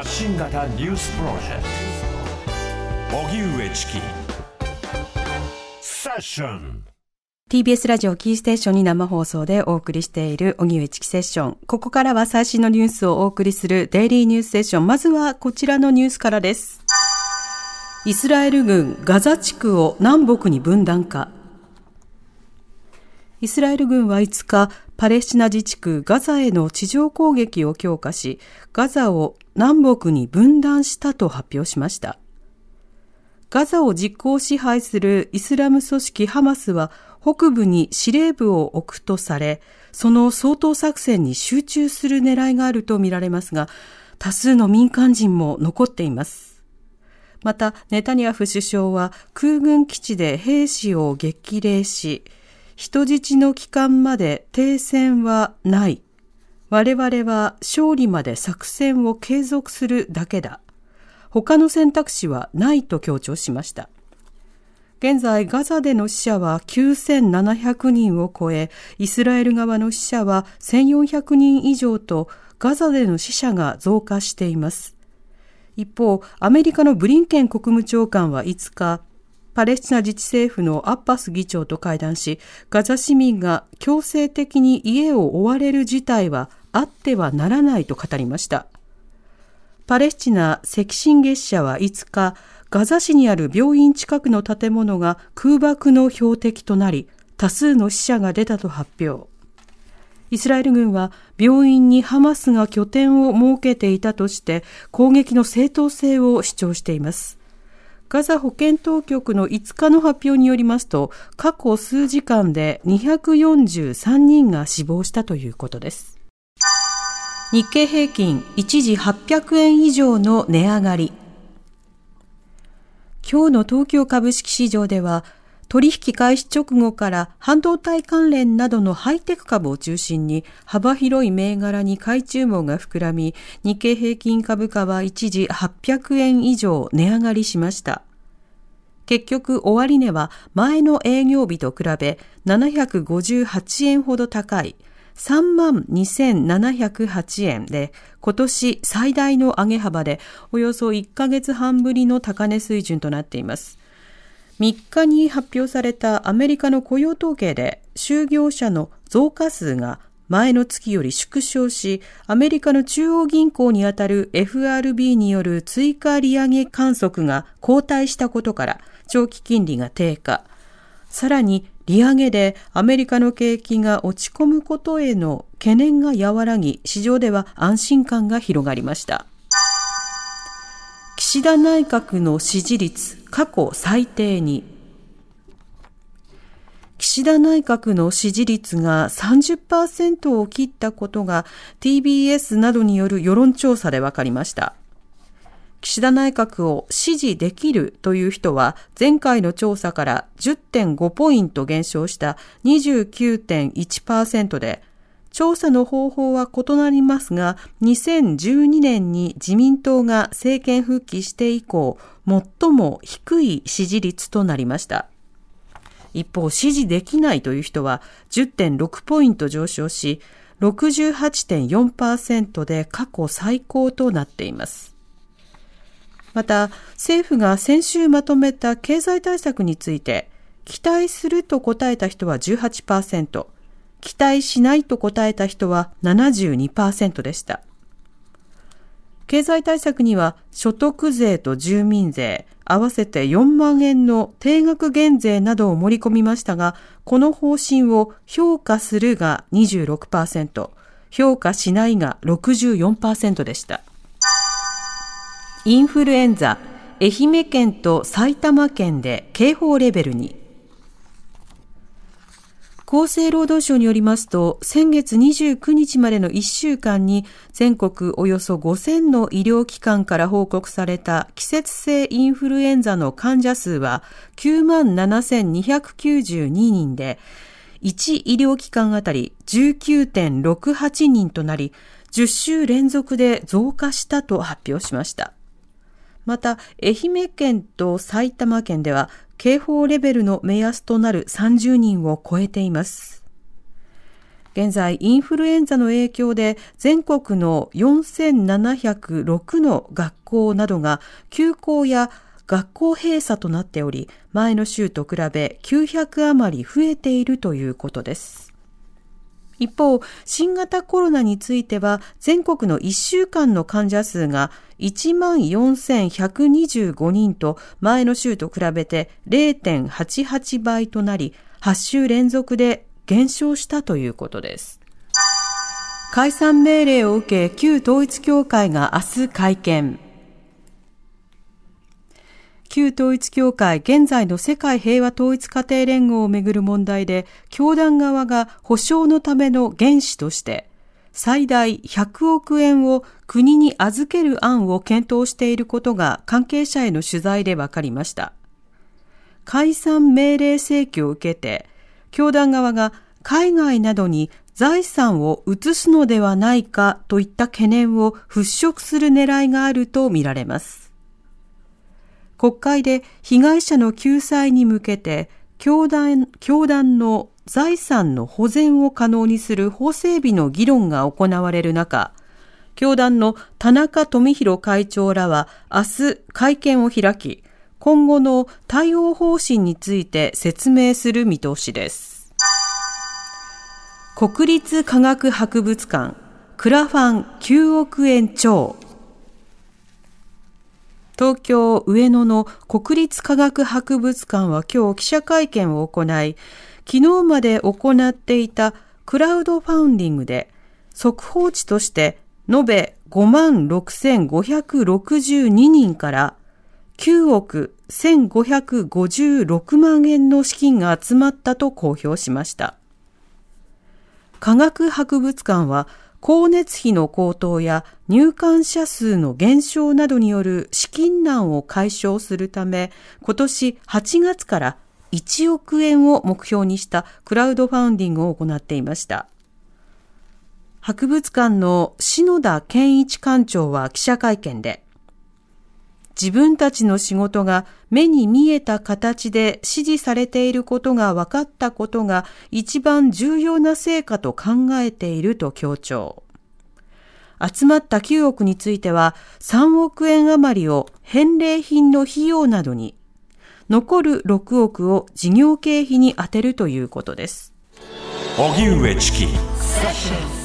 発信型ニュースプロジェクト荻上チキセッション TBS ラジオキーステーションに生放送でお送りしている荻上チキセッション。ここからは最新のニュースをお送りするデイリーニュースセッション。まずはこちらのニュースからです。イスラエル軍ガザ地区を南北に分断か。イスラエル軍は5日、パレスチナ自治区ガザへの地上攻撃を強化し、ガザを南北に分断したと発表しました。ガザを実効支配するイスラム組織ハマスは北部に司令部を置くとされ、その掃討作戦に集中する狙いがあるとみられますが、多数の民間人も残っています。また、ネタニヤフ首相は空軍基地で兵士を激励し、人質の帰還まで停戦はない。我々は勝利まで作戦を継続するだけだ。他の選択肢はないと強調しました。現在、ガザでの死者は9700人を超え、イスラエル側の死者は1400人以上と、ガザでの死者が増加しています。一方、アメリカのブリンケン国務長官は5日、パレスチナ自治政府のアッバス議長と会談し、ガザ市民が強制的に家を追われる事態はあってはならないと語りました。パレスチナ赤新月社は5日、ガザ市にある病院近くの建物が空爆の標的となり、多数の死者が出たと発表。イスラエル軍は病院にハマスが拠点を設けていたとして攻撃の正当性を主張しています。ガザ保健当局の5日の発表によりますと、過去数時間で243人が死亡したということです。日経平均一時800円以上の値上がり。今日の東京株式市場では、取引開始直後から半導体関連などのハイテク株を中心に幅広い銘柄に買い注文が膨らみ、日経平均株価は一時800円以上値上がりしました。結局終値は前の営業日と比べ758円ほど高い 32,708 円で、今年最大の上げ幅でおよそ1ヶ月半ぶりの高値水準となっています。3日に発表されたアメリカの雇用統計で、就業者の増加数が前の月より縮小し、アメリカの中央銀行にあたる FRB による追加利上げ観測が後退したことから、長期金利が低下。さらに、利上げでアメリカの景気が落ち込むことへの懸念が和らぎ、市場では安心感が広がりました。岸田内閣の支持率過去最低に。岸田内閣の支持率が 30% を切ったことが TBS などによる世論調査で分かりました。岸田内閣を支持できるという人は前回の調査から 10.5 ポイント減少した 29.1% で、調査の方法は異なりますが、2012年に自民党が政権復帰して以降、最も低い支持率となりました。一方、支持できないという人は 10.6 ポイント上昇し、68.4% で過去最高となっています。また、政府が先週まとめた経済対策について、期待すると答えた人は 18%、期待しないと答えた人は 72% でした。経済対策には所得税と住民税合わせて4万円の定額減税などを盛り込みましたが、この方針を評価するが 26%、評価しないが 64% でした。インフルエンザ、愛媛県と埼玉県で警報レベルに。厚生労働省によりますと、先月29日までの1週間に全国およそ5000の医療機関から報告された季節性インフルエンザの患者数は 97,292 人で、1医療機関あたり 19.68 人となり、10週連続で増加したと発表しました。また、愛媛県と埼玉県では、警報レベルの目安となる30人を超えています。 現在インフルエンザの影響で全国の4706の学校などが休校や学校閉鎖となっており、前の週と比べ900余り増えているということです。一方、新型コロナについては全国の1週間の患者数が14,125人と前の週と比べて 0.88 倍となり、8週連続で減少したということです。解散命令を受け、旧統一教会が明日会見。旧統一教会現在の世界平和統一家庭連合をめぐる問題で、教団側が補償のための原資として最大100億円を国に預ける案を検討していることが関係者への取材で分かりました。解散命令請求を受けて、教団側が海外などに財産を移すのではないかといった懸念を払拭する狙いがあるとみられます。国会で被害者の救済に向けて、教団の財産の保全を可能にする法整備の議論が行われる中、教団の田中富広会長らは明日会見を開き、今後の対応方針について説明する見通しです。国立科学博物館、クラファン9億円超。東京上野の国立科学博物館は今日記者会見を行い、昨日まで行っていたクラウドファウンディングで速報値として延べ56,562人から9億1,556万円の資金が集まったと公表しました。科学博物館は光熱費の高騰や入館者数の減少などによる資金難を解消するため、今年8月から1億円を目標にしたクラウドファウンディングを行っていました。博物館の篠田健一館長は記者会見で、自分たちの仕事が目に見えた形で指示されていることが分かったことが一番重要な成果と考えていると強調。集まった9億については3億円余りを返礼品の費用などに、残る6億を事業経費に充てるということです。 荻上チキ